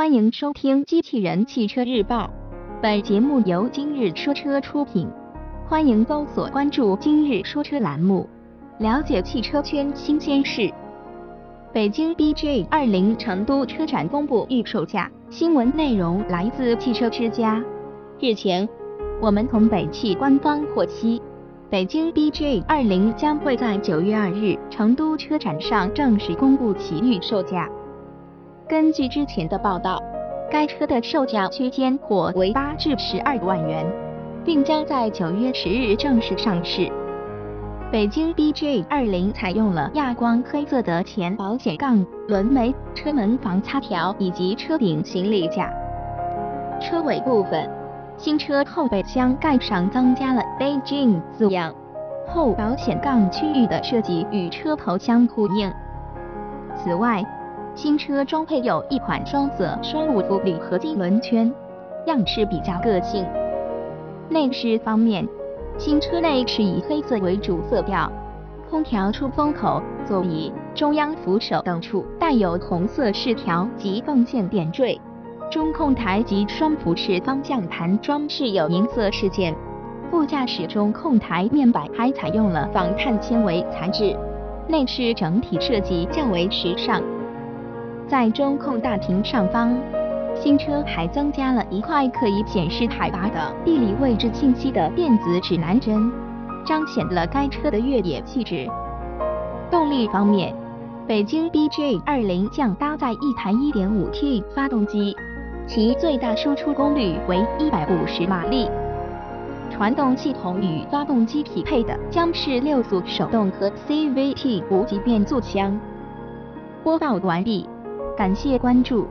欢迎收听机器人汽车日报，本节目由今日说车出品。欢迎搜索关注今日说车栏目，了解汽车圈新鲜事。北京 BJ20 成都车展公布预售价，新闻内容来自汽车之家。日前，我们从北汽官方获悉，北京 BJ20 将会在9月2日成都车展上正式公布其预售价。根据之前的报道，该车的售价区间或为8至12万元，并将在9月10日正式上市。北京 BJ20 采用了亚光黑色的前保险杠、轮眉、车门防擦条以及车顶行李架。车尾部分，新车后备箱盖上增加了 Beijing 字样，后保险杠区域的设计与车头相呼应。此外，新车装配有一款双色双5伏铝合金轮圈，样式比较个性。内饰方面，新车内是以黑色为主色调，空调出风口、座椅、中央扶手等处带有红色饰条及缝线点缀，中控台及双辐式方向盘装饰有银色饰件，副驾驶中控台面板还采用了仿碳纤维材质，内饰整体设计较为时尚。在中控大屏上方，新车还增加了一块可以显示海拔的地理位置信息的电子指南针，彰显了该车的越野气质。动力方面，北京 BJ20 将搭载一台 1.5T 发动机，其最大输出功率为150马力。传动系统与发动机匹配的将是6速手动和 CVT 无级变速箱。播报完毕，感谢关注。